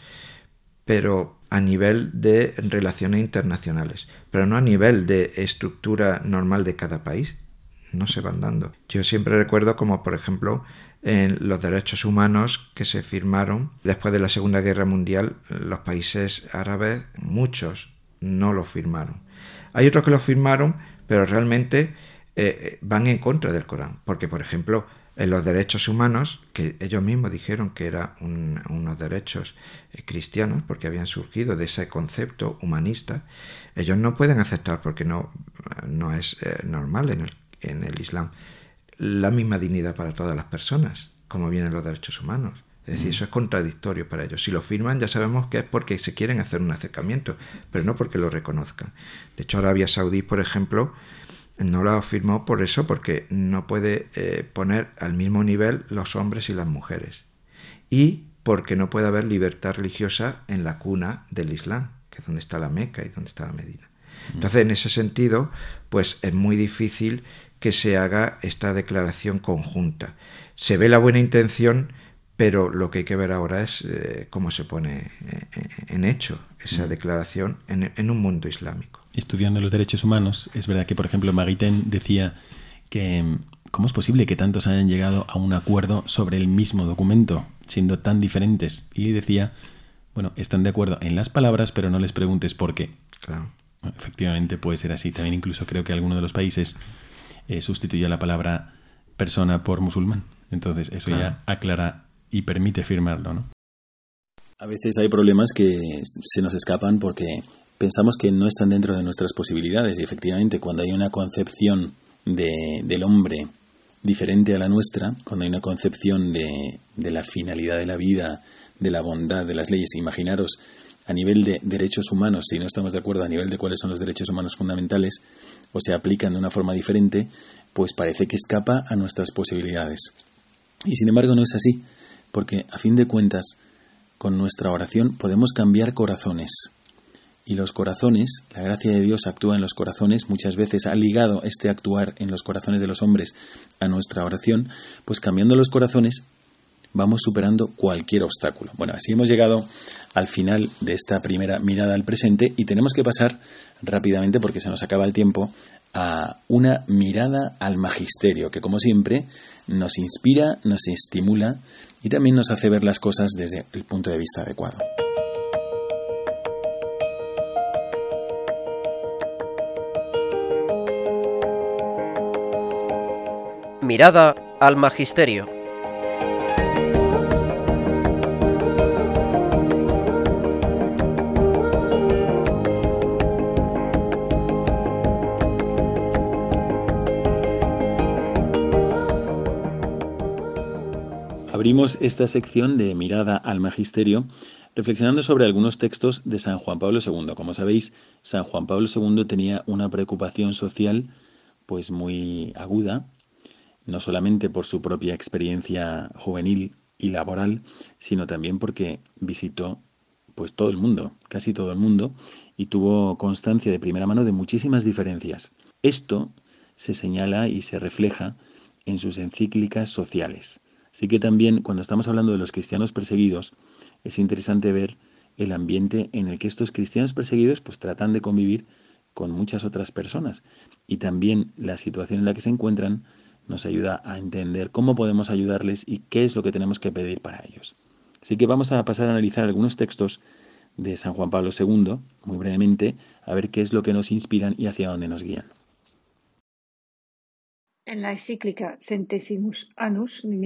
S5: pero a nivel de relaciones internacionales, pero no a nivel de estructura normal de cada país. No se van dando. Yo siempre recuerdo como, por ejemplo, en los derechos humanos que se firmaron después de la Segunda Guerra Mundial, los países árabes, muchos no lo firmaron. Hay otros que lo firmaron, pero realmente van en contra del Corán, porque, por ejemplo, en los derechos humanos, que ellos mismos dijeron que eran unos derechos cristianos, porque habían surgido de ese concepto humanista, ellos no pueden aceptar, porque no es normal en el Islam, la misma dignidad para todas las personas, como vienen los derechos humanos. Es decir, eso es contradictorio para ellos. Si lo firman, ya sabemos que es porque se quieren hacer un acercamiento, pero no porque lo reconozcan. De hecho, Arabia Saudí, por ejemplo, no lo firmó por eso, porque no puede poner al mismo nivel los hombres y las mujeres. Y porque no puede haber libertad religiosa en la cuna del Islam, que es donde está la Meca y donde está la Medina. Entonces, en ese sentido, pues es muy difícil que se haga esta declaración conjunta. Se ve la buena intención, pero lo que hay que ver ahora es cómo se pone en hecho esa declaración en un mundo islámico.
S3: Estudiando los derechos humanos, es verdad que, por ejemplo, Maritain decía que ¿cómo es posible que tantos hayan llegado a un acuerdo sobre el mismo documento, siendo tan diferentes? Y decía, bueno, están de acuerdo en las palabras, pero no les preguntes por qué.
S5: Claro.
S3: Bueno, efectivamente puede ser así. También incluso creo que alguno de los países sustituyó la palabra persona por musulmán. Entonces eso ya aclara y permite firmarlo, ¿no? A veces hay problemas que se nos escapan porque pensamos que no están dentro de nuestras posibilidades, y efectivamente cuando hay una concepción del hombre diferente a la nuestra, cuando hay una concepción de la finalidad de la vida, de la bondad, de las leyes, imaginaros a nivel de derechos humanos, si no estamos de acuerdo a nivel de cuáles son los derechos humanos fundamentales o se aplican de una forma diferente, pues parece que escapa a nuestras posibilidades. Y sin embargo no es así, porque a fin de cuentas con nuestra oración podemos cambiar corazones. Y los corazones, la gracia de Dios actúa en los corazones, muchas veces ha ligado este actuar en los corazones de los hombres a nuestra oración, pues cambiando los corazones vamos superando cualquier obstáculo. Bueno, así hemos llegado al final de esta primera mirada al presente y tenemos que pasar rápidamente, porque se nos acaba el tiempo, a una mirada al magisterio, que como siempre nos inspira, nos estimula y también nos hace ver las cosas desde el punto de vista adecuado.
S6: Mirada al magisterio.
S3: Abrimos esta sección de Mirada al Magisterio reflexionando sobre algunos textos de San Juan Pablo II. Como sabéis, San Juan Pablo II tenía una preocupación social pues muy aguda, no solamente por su propia experiencia juvenil y laboral, sino también porque visitó pues todo el mundo, casi todo el mundo, y tuvo constancia de primera mano de muchísimas diferencias. Esto se señala y se refleja en sus encíclicas sociales. Así que también cuando estamos hablando de los cristianos perseguidos, es interesante ver el ambiente en el que estos cristianos perseguidos pues tratan de convivir con muchas otras personas, y también la situación en la que se encuentran nos ayuda a entender cómo podemos ayudarles y qué es lo que tenemos que pedir para ellos. Así que vamos a pasar a analizar algunos textos de San Juan Pablo II, muy brevemente, a ver qué es lo que nos inspiran y hacia dónde nos guían.
S7: En la encíclica Centesimus Annus de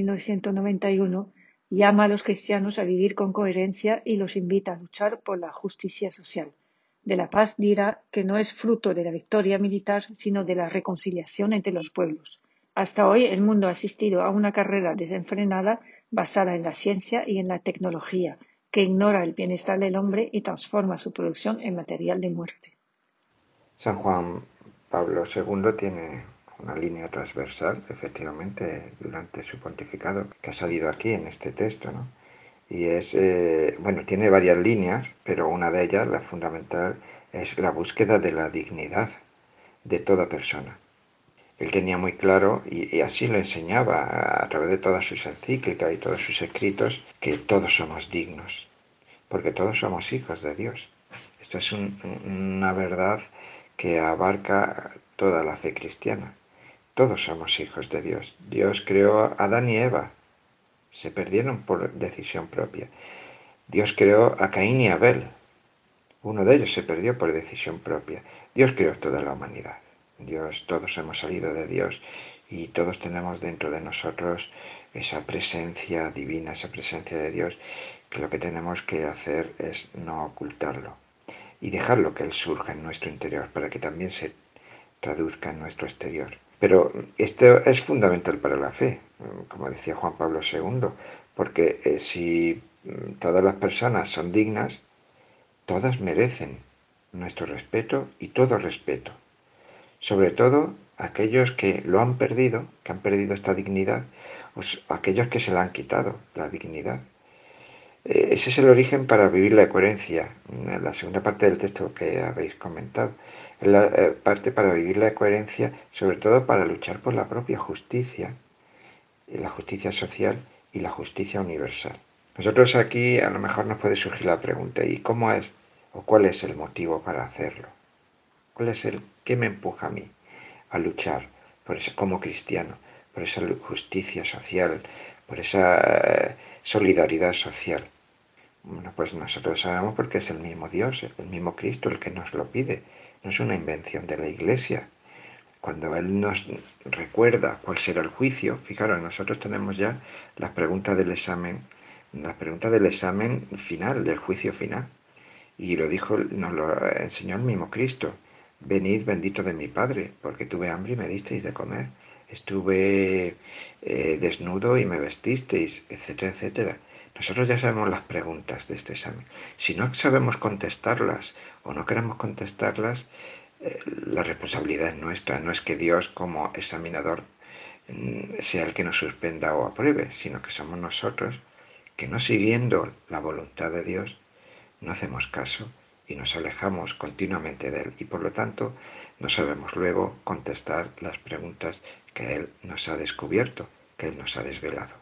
S7: 1991, llama a los cristianos a vivir con coherencia y los invita a luchar por la justicia social. De la paz dirá que no es fruto de la victoria militar, sino de la reconciliación entre los pueblos. Hasta hoy el mundo ha asistido a una carrera desenfrenada basada en la ciencia y en la tecnología, que ignora el bienestar del hombre y transforma su producción en material de muerte.
S5: San Juan Pablo II tiene una línea transversal, efectivamente, durante su pontificado, que ha salido aquí en este texto, ¿no? Y es, tiene varias líneas, pero una de ellas, la fundamental, es la búsqueda de la dignidad de toda persona. Él tenía muy claro, y así lo enseñaba a través de todas sus encíclicas y todos sus escritos, que todos somos dignos, porque todos somos hijos de Dios. Esto es una verdad que abarca toda la fe cristiana. Todos somos hijos de Dios. Dios creó a Adán y Eva. Se perdieron por decisión propia. Dios creó a Caín y Abel. Uno de ellos se perdió por decisión propia. Dios creó toda la humanidad. Todos hemos salido de Dios y todos tenemos dentro de nosotros esa presencia divina, esa presencia de Dios, que lo que tenemos que hacer es no ocultarlo y dejarlo que Él surja en nuestro interior para que también se traduzca en nuestro exterior. Pero esto es fundamental para la fe, como decía Juan Pablo II, porque si todas las personas son dignas, todas merecen nuestro respeto y todo respeto. Sobre todo aquellos que lo han perdido, que han perdido esta dignidad, o aquellos que se la han quitado, la dignidad. Ese es el origen para vivir la coherencia, en la segunda parte del texto que habéis comentado. La parte para vivir la coherencia, sobre todo para luchar por la propia justicia, la justicia social y la justicia universal. Nosotros aquí a lo mejor nos puede surgir la pregunta, ¿y cómo es o cuál es el motivo para hacerlo? ¿Qué me empuja a mí a luchar por eso, como cristiano, por esa justicia social, por esa solidaridad social? Bueno, pues nosotros sabemos porque es el mismo Dios, el mismo Cristo el que nos lo pide. No es una invención de la Iglesia. Cuando Él nos recuerda cuál será el juicio, fijaros, nosotros tenemos ya las preguntas del examen final, del juicio final. Y nos lo enseñó el mismo Cristo. Venid, bendito de mi Padre, porque tuve hambre y me disteis de comer. Estuve desnudo y me vestisteis, etcétera, etcétera. Nosotros ya sabemos las preguntas de este examen. Si no sabemos contestarlas o no queremos contestarlas, la responsabilidad es nuestra. No es que Dios como examinador sea el que nos suspenda o apruebe, sino que somos nosotros que, no siguiendo la voluntad de Dios, no hacemos caso y nos alejamos continuamente de Él, y por lo tanto no sabemos luego contestar las preguntas que Él nos ha descubierto, que Él nos ha desvelado.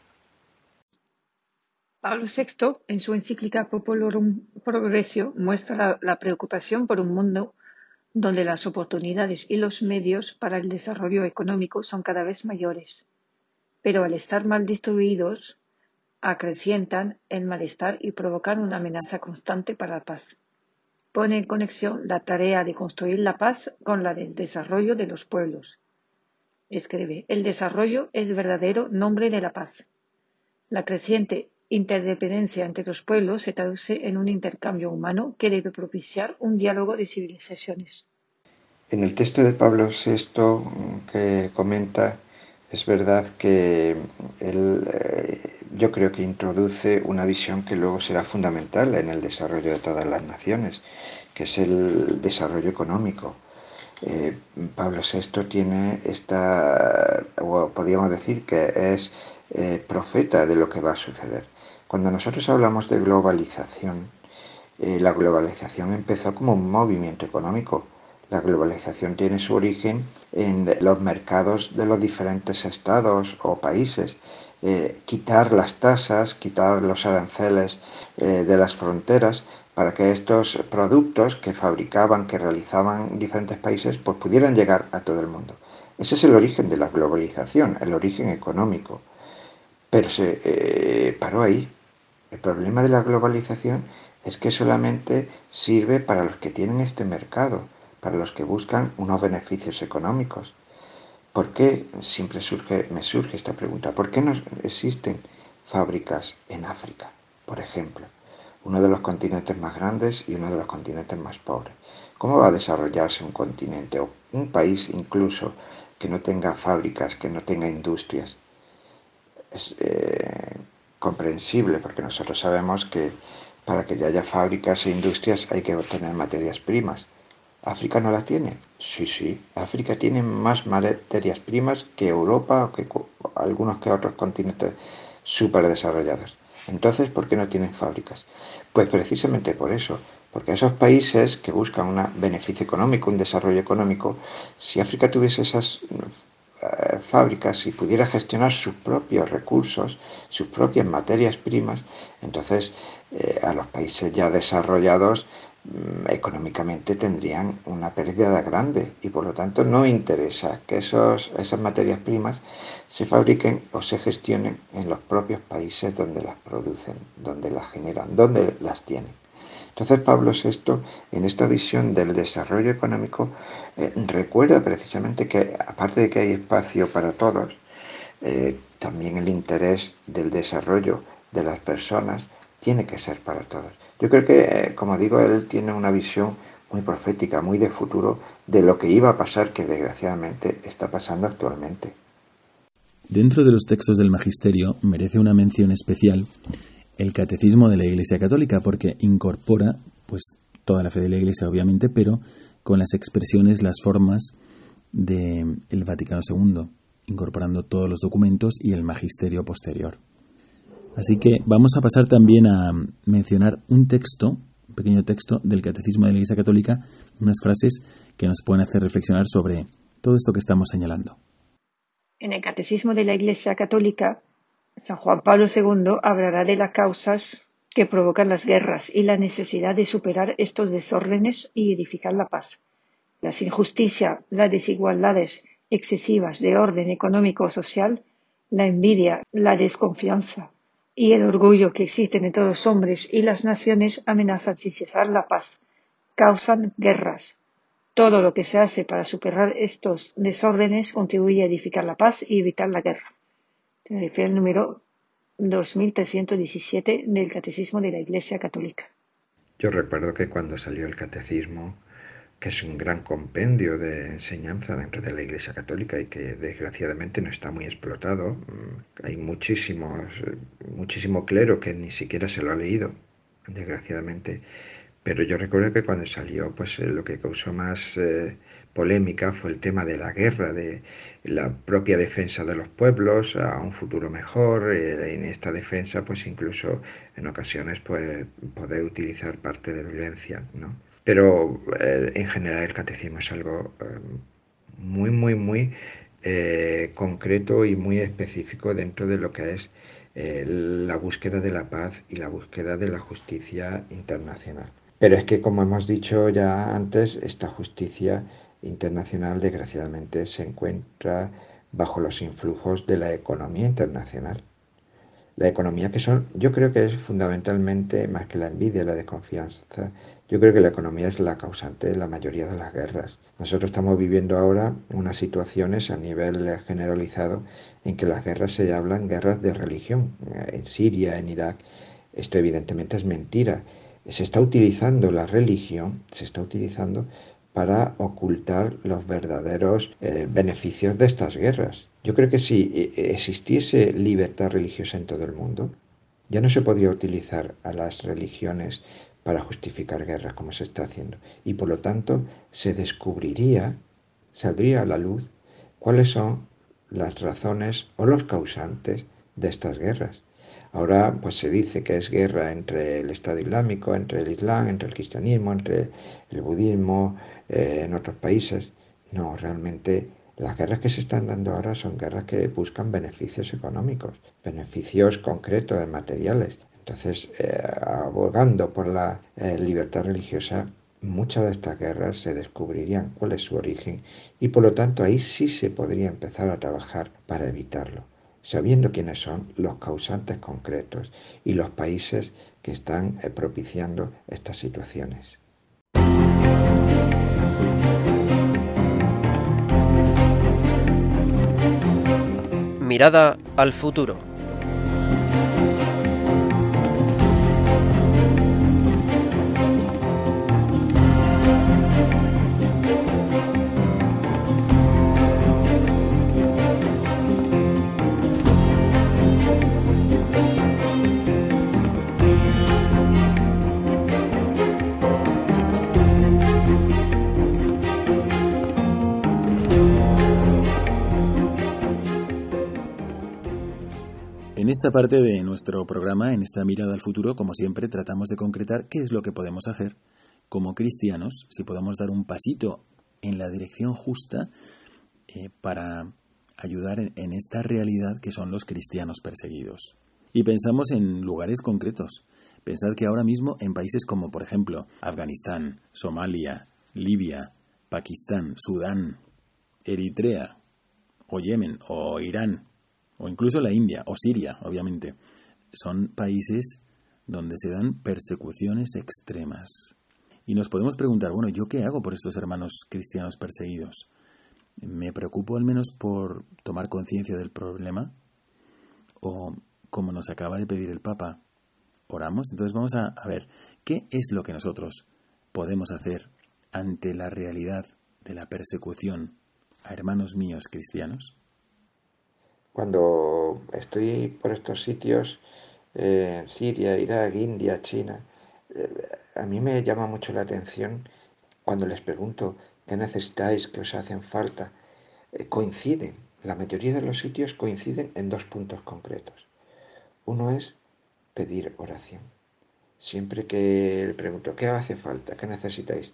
S7: Pablo VI, en su encíclica Populorum Progressio, muestra la preocupación por un mundo donde las oportunidades y los medios para el desarrollo económico son cada vez mayores, pero al estar mal distribuidos, acrecientan el malestar y provocan una amenaza constante para la paz. Pone en conexión la tarea de construir la paz con la del desarrollo de los pueblos. Escribe: el desarrollo es verdadero nombre de la paz. La creciente interdependencia entre los pueblos se traduce en un intercambio humano que debe propiciar un diálogo de civilizaciones.
S5: En el texto de Pablo VI que comenta, es verdad que él, yo creo que introduce una visión que luego será fundamental en el desarrollo de todas las naciones, que es el desarrollo económico. Pablo VI tiene o podríamos decir que es profeta de lo que va a suceder. Cuando nosotros hablamos de globalización, la globalización empezó como un movimiento económico. La globalización tiene su origen en los mercados de los diferentes estados o países. quitar las tasas, quitar los aranceles de las fronteras, para que estos productos que fabricaban, que realizaban diferentes países, pues pudieran llegar a todo el mundo. Ese es el origen de la globalización, el origen económico. Pero se paró ahí. El problema de la globalización es que solamente sirve para los que tienen este mercado, para los que buscan unos beneficios económicos. ¿Por qué me surge esta pregunta? ¿Por qué no existen fábricas en África, por ejemplo? Uno de los continentes más grandes y uno de los continentes más pobres. ¿Cómo va a desarrollarse un continente o un país incluso que no tenga fábricas, que no tenga industrias? Es comprensible, porque nosotros sabemos que para que haya fábricas e industrias hay que obtener materias primas. ¿África no las tiene? Sí, África tiene más materias primas que Europa o que algunos que otros continentes súper desarrollados. Entonces, ¿por qué no tienen fábricas? Pues precisamente por eso, porque esos países que buscan un beneficio económico, un desarrollo económico, si África tuviese esas fábricas y pudiera gestionar sus propios recursos, sus propias materias primas, entonces a los países ya desarrollados económicamente tendrían una pérdida grande y por lo tanto no interesa que esas materias primas se fabriquen o se gestionen en los propios países donde las producen, donde las generan, donde las tienen. Entonces Pablo VI, en esta visión del desarrollo económico, recuerda precisamente que, aparte de que hay espacio para todos, también el interés del desarrollo de las personas tiene que ser para todos. Yo creo que, como digo, él tiene una visión muy profética, muy de futuro, de lo que iba a pasar, que desgraciadamente está pasando actualmente.
S3: Dentro de los textos del Magisterio merece una mención especial el Catecismo de la Iglesia Católica, porque incorpora pues toda la fe de la Iglesia, obviamente, pero con las expresiones, las formas del Vaticano II, incorporando todos los documentos y el magisterio posterior. Así que vamos a pasar también a mencionar un pequeño texto del Catecismo de la Iglesia Católica, unas frases que nos pueden hacer reflexionar sobre todo esto que estamos señalando.
S7: En el Catecismo de la Iglesia Católica, San Juan Pablo II hablará de las causas que provocan las guerras y la necesidad de superar estos desórdenes y edificar la paz. Las injusticias, las desigualdades excesivas de orden económico o social, la envidia, la desconfianza y el orgullo que existen en todos los hombres y las naciones amenazan sin cesar la paz, causan guerras. Todo lo que se hace para superar estos desórdenes contribuye a edificar la paz y evitar la guerra. Se refiere al número 2317 del Catecismo de la Iglesia Católica.
S5: Yo recuerdo que cuando salió el Catecismo, que es un gran compendio de enseñanza dentro de la Iglesia Católica y que desgraciadamente no está muy explotado, hay muchísimo clero que ni siquiera se lo ha leído, desgraciadamente. Pero yo recuerdo que cuando salió, pues lo que causó más polémica fue el tema de la guerra, de la propia defensa de los pueblos a un futuro mejor, en esta defensa pues incluso en ocasiones pues poder utilizar parte de violencia, ¿no? Pero en general el catecismo es algo muy concreto y muy específico dentro de lo que es la búsqueda de la paz y la búsqueda de la justicia internacional. Pero es que, como hemos dicho ya antes, esta justicia internacional desgraciadamente se encuentra bajo los influjos de la economía internacional. La economía yo creo que es fundamentalmente, más que la envidia y la desconfianza, yo creo que la economía es la causante de la mayoría de las guerras. Nosotros estamos viviendo ahora unas situaciones a nivel generalizado en que las guerras se llaman guerras de religión. En Siria, en Irak, esto evidentemente es mentira. Se está utilizando la religión, para ocultar los verdaderos beneficios de estas guerras. Yo creo que si existiese libertad religiosa en todo el mundo, ya no se podría utilizar a las religiones para justificar guerras como se está haciendo. Y por lo tanto saldría a la luz cuáles son las razones o los causantes de estas guerras. Ahora pues se dice que es guerra entre el Estado Islámico, entre el Islam, entre el cristianismo, entre el budismo, en otros países. No, realmente Las guerras que se están dando ahora son guerras que buscan beneficios económicos, beneficios concretos, materiales. Entonces, abogando por la libertad religiosa, muchas de estas guerras se descubrirían cuál es su origen y por lo tanto ahí sí se podría empezar a trabajar para evitarlo, sabiendo quiénes son los causantes concretos y los países que están propiciando estas situaciones.
S6: Mirada al futuro.
S4: En esta parte de nuestro programa, en esta mirada al futuro, como siempre, tratamos de concretar qué es lo que podemos hacer como cristianos, si podemos dar un pasito en la dirección justa para ayudar en esta realidad que son los cristianos perseguidos. Y pensamos en lugares concretos. Pensad que ahora mismo en países como, por ejemplo, Afganistán, Somalia, Libia, Pakistán, Sudán, Eritrea, o Yemen, o Irán, o incluso la India, o Siria, obviamente, son países donde se dan persecuciones extremas. Y nos podemos preguntar, bueno, ¿yo qué hago por estos hermanos cristianos perseguidos? ¿Me preocupo al menos por tomar conciencia del problema? ¿O, como nos acaba de pedir el Papa, oramos? Entonces vamos a ver, ¿qué es lo que nosotros podemos hacer ante la realidad de la persecución a hermanos míos cristianos?
S5: Cuando estoy por estos sitios, Siria, Irak, India, China, a mí me llama mucho la atención cuando les pregunto qué necesitáis, qué os hacen falta. Coinciden, la mayoría de los sitios coinciden en dos puntos concretos. Uno es pedir oración. Siempre que le pregunto qué hace falta, qué necesitáis,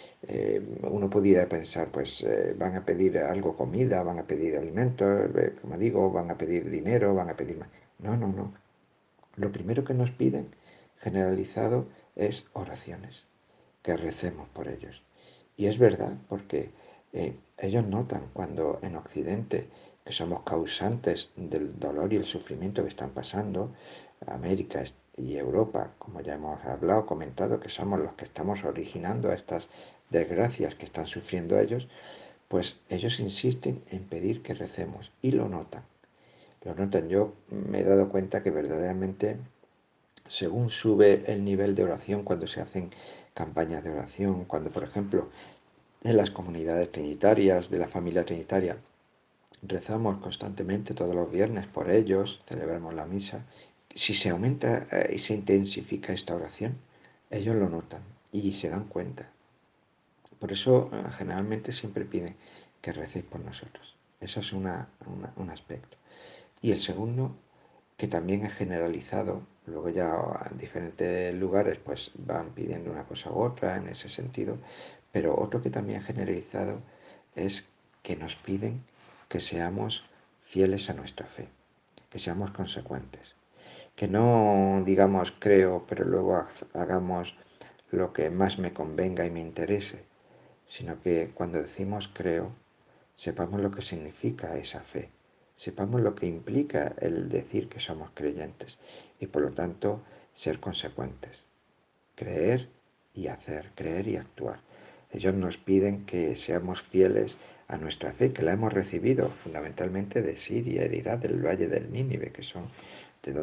S5: uno pudiera pensar, pues van a pedir algo, comida, van a pedir alimentos, como digo, van a pedir dinero, van a pedir más. No. Lo primero que nos piden, generalizado, es oraciones, que recemos por ellos. Y es verdad, porque ellos notan cuando en Occidente, que somos causantes del dolor y el sufrimiento que están pasando, América y Europa, como ya hemos hablado, comentado, que somos los que estamos originando estas desgracias que están sufriendo ellos, pues ellos insisten en pedir que recemos y lo notan. Lo notan. Yo me he dado cuenta que verdaderamente, según sube el nivel de oración, cuando se hacen campañas de oración, cuando por ejemplo en las comunidades trinitarias, de la familia trinitaria, rezamos constantemente todos los viernes por ellos, celebramos la misa, si se aumenta y se intensifica esta oración, ellos lo notan y se dan cuenta. Por eso generalmente siempre piden que recéis por nosotros. Eso es un aspecto. Y el segundo, que también es generalizado, luego ya en diferentes lugares pues van pidiendo una cosa u otra en ese sentido, pero otro que también es generalizado es que nos piden que seamos fieles a nuestra fe, que seamos consecuentes, que no digamos creo, pero luego hagamos lo que más me convenga y me interese, sino que cuando decimos creo, sepamos lo que significa esa fe, sepamos lo que implica el decir que somos creyentes y por lo tanto ser consecuentes, creer y hacer, creer y actuar. Ellos nos piden que seamos fieles a nuestra fe, que la hemos recibido fundamentalmente de Siria y de Irak, del Valle del Nínive, que son de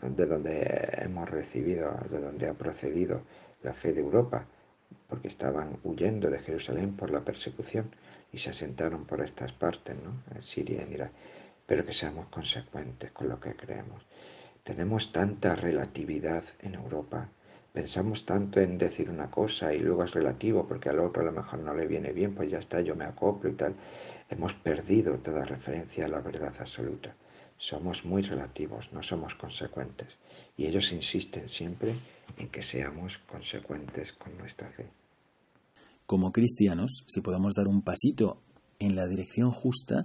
S5: donde hemos recibido, de donde ha procedido la fe de Europa, porque estaban huyendo de Jerusalén por la persecución y se asentaron por estas partes, ¿no? En Siria y en Irak. Pero que seamos consecuentes con lo que creemos. Tenemos tanta relatividad en Europa. Pensamos tanto en decir una cosa y luego es relativo porque al otro a lo mejor no le viene bien, pues ya está, yo me acoplo y tal. Hemos perdido toda referencia a la verdad absoluta. Somos muy relativos, no somos consecuentes. Y ellos insisten siempre en que seamos consecuentes con nuestra fe.
S4: Como cristianos, si podemos dar un pasito en la dirección justa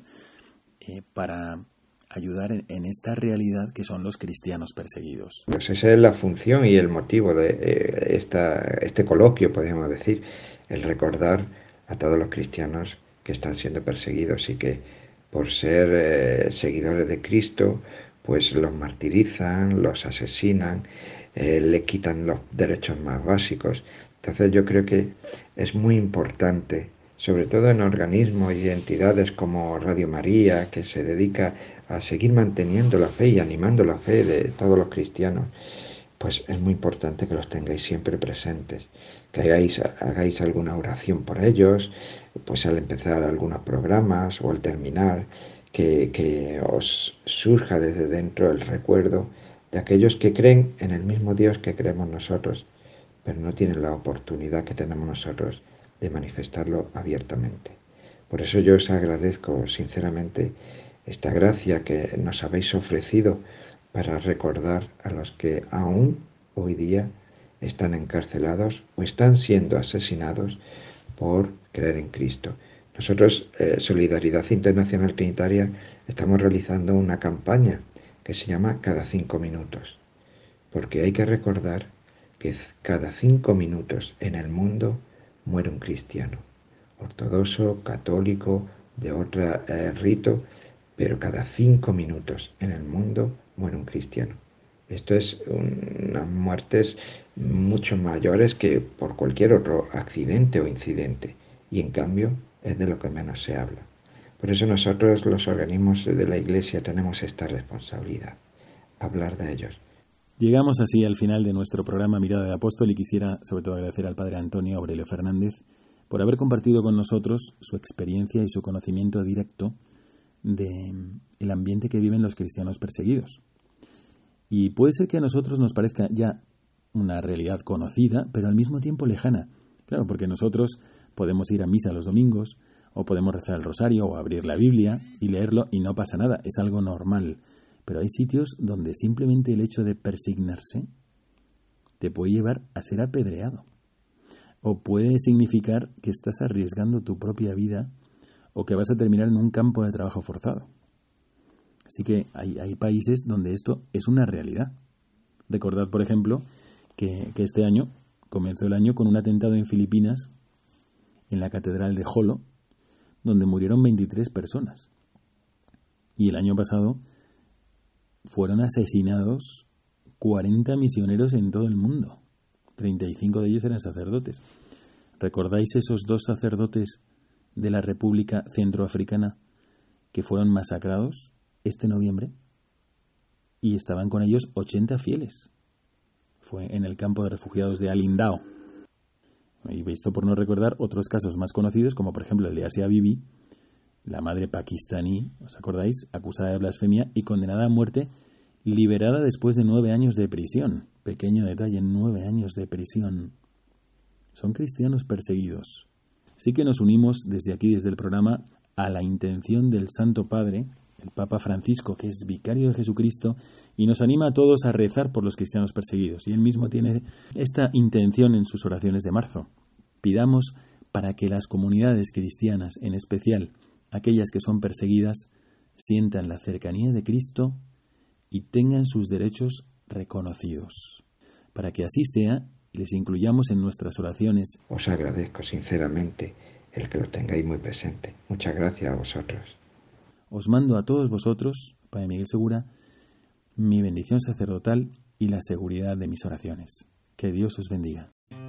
S4: para ayudar en esta realidad que son los cristianos perseguidos.
S5: Pues esa es la función y el motivo de este coloquio, podríamos decir, el recordar a todos los cristianos que están siendo perseguidos y que por ser seguidores de Cristo, pues los martirizan, los asesinan, le quitan los derechos más básicos. Entonces yo creo que es muy importante, sobre todo en organismos y entidades como Radio María, que se dedica a seguir manteniendo la fe y animando la fe de todos los cristianos, pues es muy importante que los tengáis siempre presentes, que hagáis alguna oración por ellos, pues al empezar algunos programas o al terminar, que os surja desde dentro el recuerdo de aquellos que creen en el mismo Dios que creemos nosotros, pero no tienen la oportunidad que tenemos nosotros de manifestarlo abiertamente. Por eso yo os agradezco sinceramente esta gracia que nos habéis ofrecido para recordar a los que aún hoy día están encarcelados o están siendo asesinados por creer en Cristo. Nosotros, Solidaridad Internacional Trinitaria, estamos realizando una campaña que se llama Cada 5 minutos, porque hay que recordar que cada 5 minutos en el mundo muere un cristiano, ortodoxo, católico, de otro rito, pero cada 5 minutos en el mundo muere un cristiano. Esto es unas muertes mucho mayores que por cualquier otro accidente o incidente, y en cambio es de lo que menos se habla. Por eso nosotros, los organismos de la Iglesia, tenemos esta responsabilidad, hablar de ellos.
S3: Llegamos así al final de nuestro programa Mirada de Apóstol y quisiera sobre todo agradecer al Padre Antonio Aurelio Fernández por haber compartido con nosotros su experiencia y su conocimiento directo del ambiente que viven los cristianos perseguidos. Y puede ser que a nosotros nos parezca ya una realidad conocida, pero al mismo tiempo lejana. Claro, porque nosotros podemos ir a misa los domingos, o podemos rezar el rosario, o abrir la Biblia y leerlo y no pasa nada, es algo normal. Pero hay sitios donde simplemente el hecho de persignarse te puede llevar a ser apedreado. O puede significar que estás arriesgando tu propia vida o que vas a terminar en un campo de trabajo forzado. Así que hay países donde esto es una realidad. Recordad, por ejemplo, que este año comenzó el año con un atentado en Filipinas, en la catedral de Jolo, donde murieron 23 personas. Y el año pasado fueron asesinados 40 misioneros en todo el mundo. 35 de ellos eran sacerdotes. ¿Recordáis esos 2 sacerdotes de la República Centroafricana que fueron masacrados este noviembre? Y estaban con ellos 80 fieles. Fue en el campo de refugiados de Alindao. Y visto por no recordar otros casos más conocidos, como por ejemplo el de Asia Bibi, la madre pakistaní, ¿os acordáis?, acusada de blasfemia y condenada a muerte, liberada después de 9 años de prisión. Pequeño detalle, 9 años de prisión. Son cristianos perseguidos. Así que nos unimos desde aquí, desde el programa, a la intención del Santo Padre, el Papa Francisco, que es vicario de Jesucristo, y nos anima a todos a rezar por los cristianos perseguidos. Y él mismo tiene esta intención en sus oraciones de marzo. Pidamos para que las comunidades cristianas, en especial aquellas que son perseguidas, sientan la cercanía de Cristo y tengan sus derechos reconocidos. Para que así sea, les incluyamos en nuestras oraciones.
S5: Os agradezco sinceramente el que lo tengáis muy presente. Muchas gracias a vosotros.
S3: Os mando a todos vosotros, Padre Miguel Segura, mi bendición sacerdotal y la seguridad de mis oraciones. Que Dios os bendiga.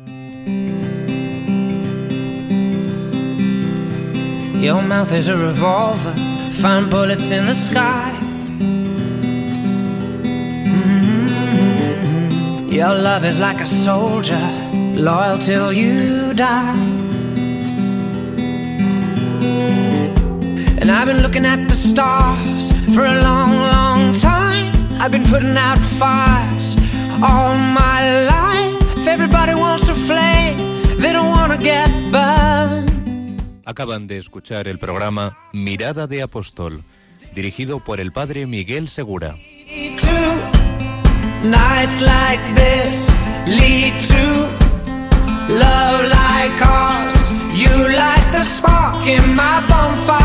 S1: Your mouth is a revolver, find bullets in the sky. Your love is like a soldier, loyal till you die. And I've been looking at the stars for a long, long time. I've been putting out fires all my life. Everybody wants a flame, they don't want to get burned.
S2: Acaban de escuchar el programa Mirada de Apóstol, dirigido por el Padre Miguel Segura.
S1: Nights like this lead to love like ours. You light the spark in my bonfire.